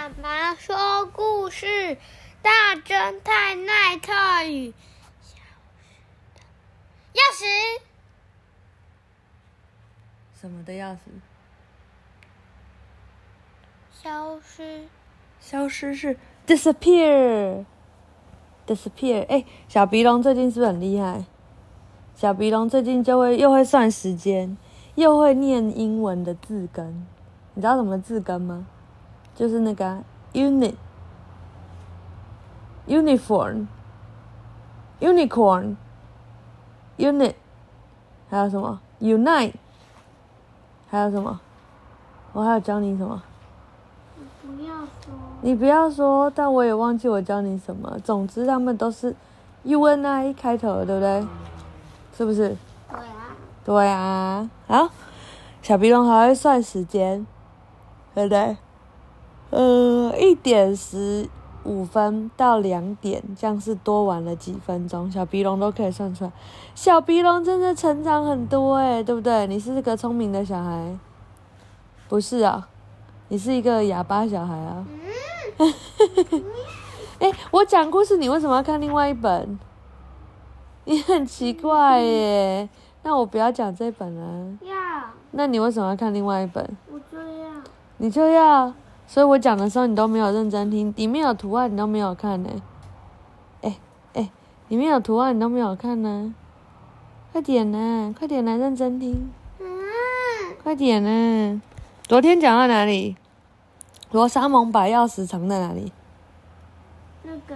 妈妈说故事，大侦探奈特与钥匙。 什么的钥匙？消失是 disappear。小鼻龙最近是不是很厉害？小鼻龙最近又会算时间，又会念英文的字根。你知道什么字根吗？就是那个unit、uniform、unicorn、unit， 还有什么 unite， 还有什么？我还有教你什么？你不要说，但我也忘记我教你什么。总之，他们都是 UNI 开头的，对不对？是不是？对啊。好，小鼻龙还会算时间，对不对？1点15分到2点，这样是多玩了几分钟，小鼻龙都可以算出来。小鼻龙真的成长很多对不对？你是个聪明的小孩，不是啊？你是一个哑巴小孩啊。我讲故事，你为什么要看另外一本？你很奇怪耶。那我不要讲这本了。 要。 那你为什么要看另外一本？ 我就要。 你就要。所以我讲的时候你都没有认真听，里面有图案你都没有看呢。里面有图案你都没有看呢。快点啦，快点来认真听。快点啦。昨天讲到哪里？罗莎蒙把钥匙藏在哪里？ 那个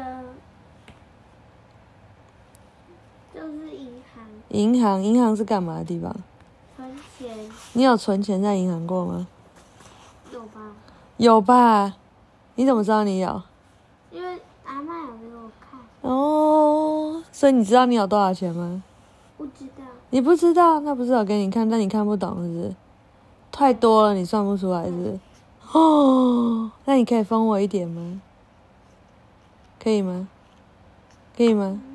就是银行是干嘛的地方？ 存钱。 你有存钱在银行过吗？ 有吧。 有吧？你怎么知道你有？ 因为阿嬷有给我看。 哦，所以你知道你有多少钱吗？ 不知道。 你不知道？那不是有给你看，但你看不懂是不是？太多了，你算不出来是不是？那你可以分我一点吗？可以吗？可以吗？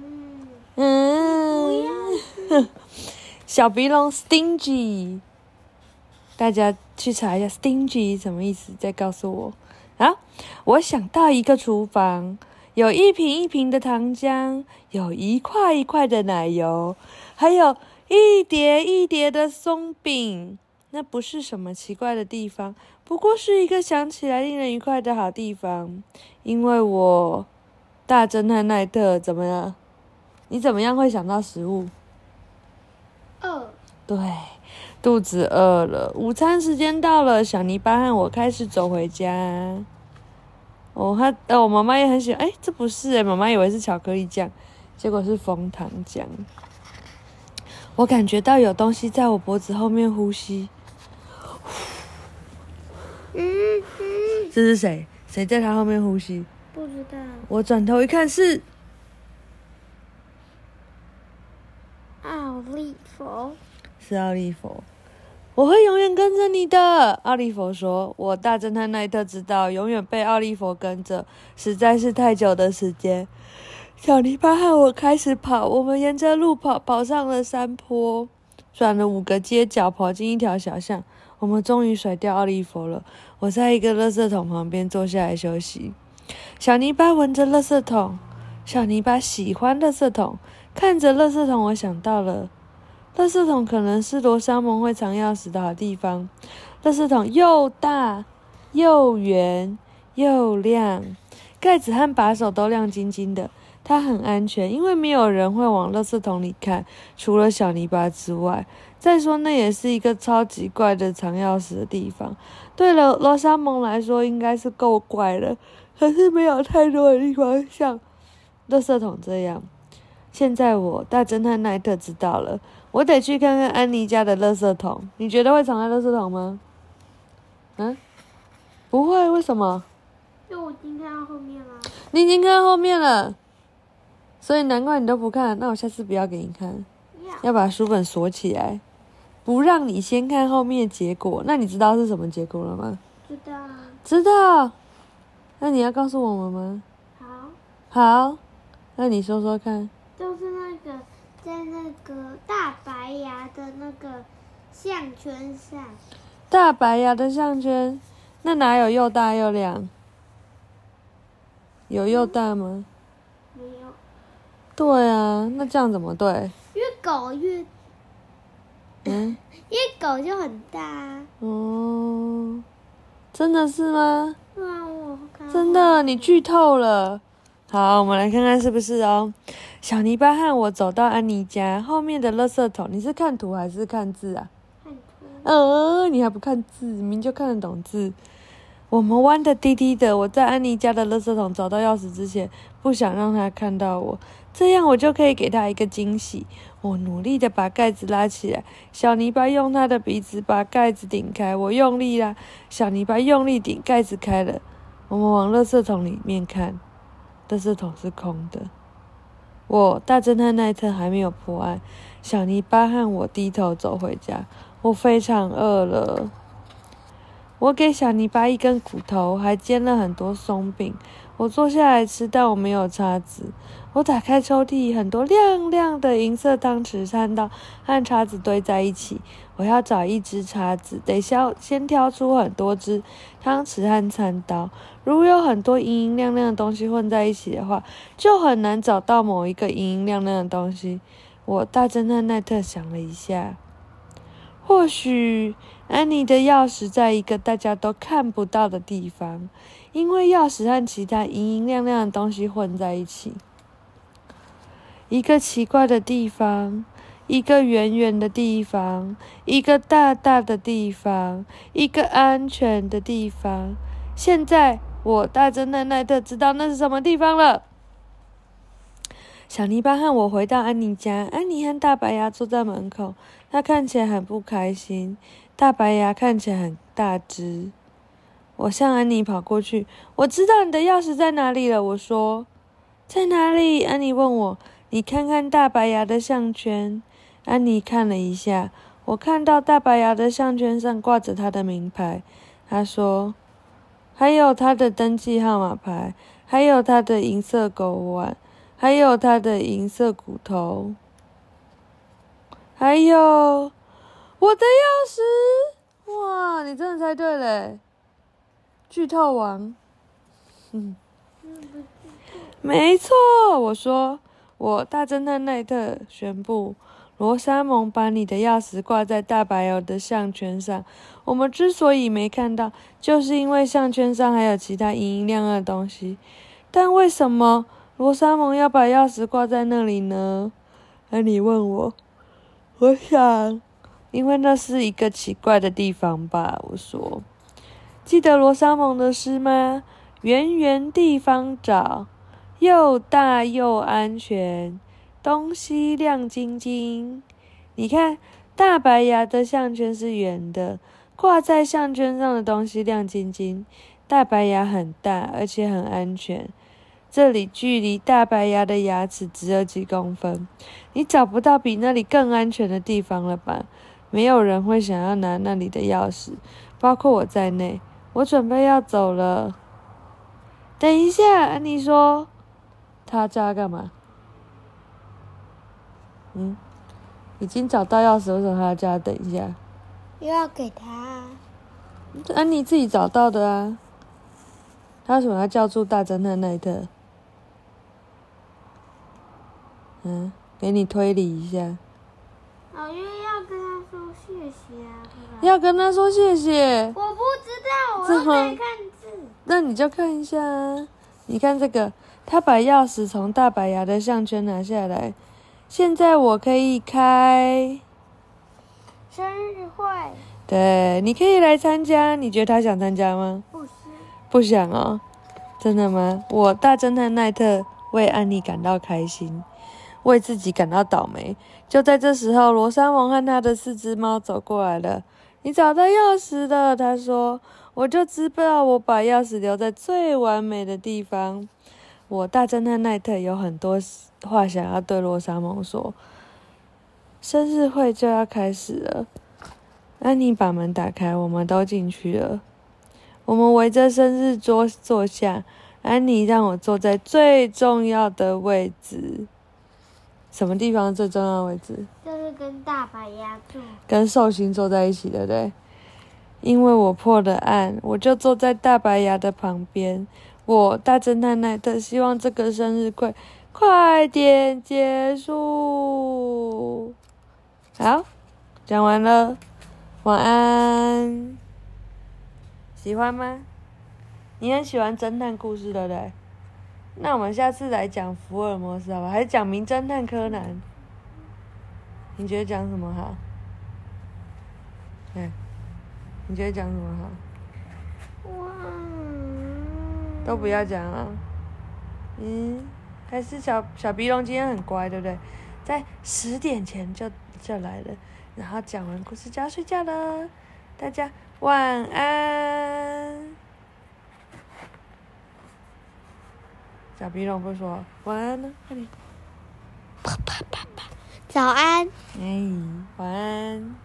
小鼻龙 stingy， 大家去查一下 stingy 什么意思，再告诉我。好，我想到一个厨房，有一瓶一瓶的糖浆，有一块一块的奶油，还有一叠一叠的松饼。那不是什么奇怪的地方，不过是一个想起来令人愉快的好地方。因为我大侦探奈特怎么了？你怎么样会想到食物？ 饿。 对，肚子饿了。午餐时间到了，小泥巴和我开始走回家。我妈妈也很喜欢。这不是妈妈以为是巧克力酱，结果是枫糖浆。我感觉到有东西在我脖子后面呼吸。这是谁？谁在他后面呼吸？ 不知道。 我转头一看是奥利佛。 是奥利佛。我会永远跟着你的，奥利佛说。我大侦探奈特知道，永远被奥利佛跟着实在是太久的时间。小泥巴和我开始跑，我们沿着路跑上了山坡，转了5个街角，跑进一条小巷。我们终于甩掉奥利佛了。我在一个垃圾桶旁边坐下来休息。小泥巴闻着垃圾桶，小泥巴喜欢垃圾桶。看着垃圾桶，我想到了，垃圾桶可能是罗莎蒙会藏钥匙的好地方。垃圾桶又大又圆又亮，盖子和把手都亮晶晶的。它很安全，因为没有人会往垃圾桶里看，除了小泥巴之外。再说，那也是一个超级怪的藏钥匙的地方。对了，罗莎蒙来说应该是够怪了，可是没有太多的地方像垃圾桶这样。现在我大侦探奈特知道了，我得去看看安妮家的垃圾桶。你觉得会藏在垃圾桶吗？不会，为什么？ 因为我已经看到后面了。 你已经看到后面了，所以难怪你都不看。那我下次不要给你看，要把书本锁起来，不让你先看后面的结果。那你知道是什么结果了吗？ 知道。 知道。那你要告诉我们吗？好。那你说说看。 就是在那个大白牙的那个项圈上。 大白牙的项圈，那哪有又大又亮？ 有又大吗？ 没有。 对啊，那这样怎么对？ 越狗越，越狗就很大啊。 哦，真的是吗？ 对啊，我看。 真的，你剧透了。好，我们来看看是不是哦。小泥巴和我走到安妮家后面的垃圾桶，你是看图还是看字啊？ 看图。 你还不看字，明明就看得懂字。我们弯得低低的，我在安妮家的垃圾桶找到钥匙之前，不想让她看到我，这样我就可以给她一个惊喜。我努力的把盖子拉起来，小泥巴用他的鼻子把盖子顶开，我用力拉，小泥巴用力顶，盖子开了。我们往垃圾桶里面看，垃圾桶是空的。大侦探奈特还没有破案，小泥巴和我低头走回家。我非常饿了。我给小泥巴一根骨头，还煎了很多松饼。我坐下来吃，但我没有叉子。我打开抽屉，很多亮亮的银色汤匙、餐刀和叉子堆在一起。我要找一只叉子，得先挑出很多只汤匙和餐刀。如果有很多银银亮亮的东西混在一起的话，就很难找到某一个银银亮亮的东西。大侦探奈特想了一下，或许安妮的钥匙在一个大家都看不到的地方，因为钥匙和其他银银亮亮的东西混在一起。一个奇怪的地方，一个圆圆的地方，一个大大的地方，一个安全的地方。现在大侦探奈特知道那是什么地方了。小泥巴和我回到安妮家，安妮和大白牙坐在门口，她看起来很不开心。大白牙看起来很大只。我向安妮跑过去，我知道你的钥匙在哪里了。我说，在哪里？安妮问我。你看看大白牙的项圈。安妮看了一下，我看到大白牙的项圈上挂着他的名牌。她说，还有他的登记号码牌，还有他的银色狗腕，还有他的银色骨头，还有我的钥匙。哇，你真的猜对了，剧透王。没错，我说，大侦探奈特宣布，罗莎蒙把你的钥匙挂在大白牙的项圈上。我们之所以没看到，就是因为项圈上还有其他银银亮亮的东西。但为什么罗莎蒙要把钥匙挂在那里呢？安妮问我。我想，因为那是一个奇怪的地方吧。我说，记得罗莎蒙的诗吗？圆圆地方找，又大又安全，东西亮晶晶。你看，大白牙的项圈是圆的，挂在项圈上的东西亮晶晶。大白牙很大，而且很安全。这里距离大白牙的牙齿只有几公分，你找不到比那里更安全的地方了吧？没有人会想要拿那里的钥匙，包括我在内。我准备要走了。等一下，安妮说。他叫他干嘛？已经找到钥匙，为什么他要叫他等一下？ 又要给他。 安妮自己找到的啊。他为什么要叫住大侦探奈特？给你推理一下。 因为要跟他说谢谢啊。 要跟他说谢谢。 我不知道，我又没看字。 那你就看一下啊。你看这个。他把钥匙从大白牙的项圈拿下来。现在我可以开生日会。 对，你可以来参加。你觉得他想参加吗？不想哦。真的吗？大侦探奈特为安妮感到开心，为自己感到倒霉。就在这时候，罗莎蒙和他的4只猫走过来了。你找到钥匙了，他说。我就知道我把钥匙留在最完美的地方。大侦探奈特有很多话想要对罗莎蒙说。生日会就要开始了。安妮把门打开，我们都进去了。我们围着生日桌坐下，安妮让我坐在最重要的位置。什么地方最重要的位置？ 就是跟大白牙坐。 跟寿星坐在一起，对不对？ 因为我破了案，我就坐在大白牙的旁边。我大侦探奈特希望这个生日会快点结束。好，讲完了，晚安。喜欢吗？你很喜欢侦探故事，对不对？那我们下次来讲福尔摩斯好吧？还是讲名侦探柯南？你觉得讲什么好？你觉得讲什么好？ 哇， 都不要讲啊。还是小鼻龙今天很乖，对不对？在10点前就来了，然后讲完故事就要睡觉了。大家晚安。小鼻龙不说晚安呢，快点。 早安。 晚安。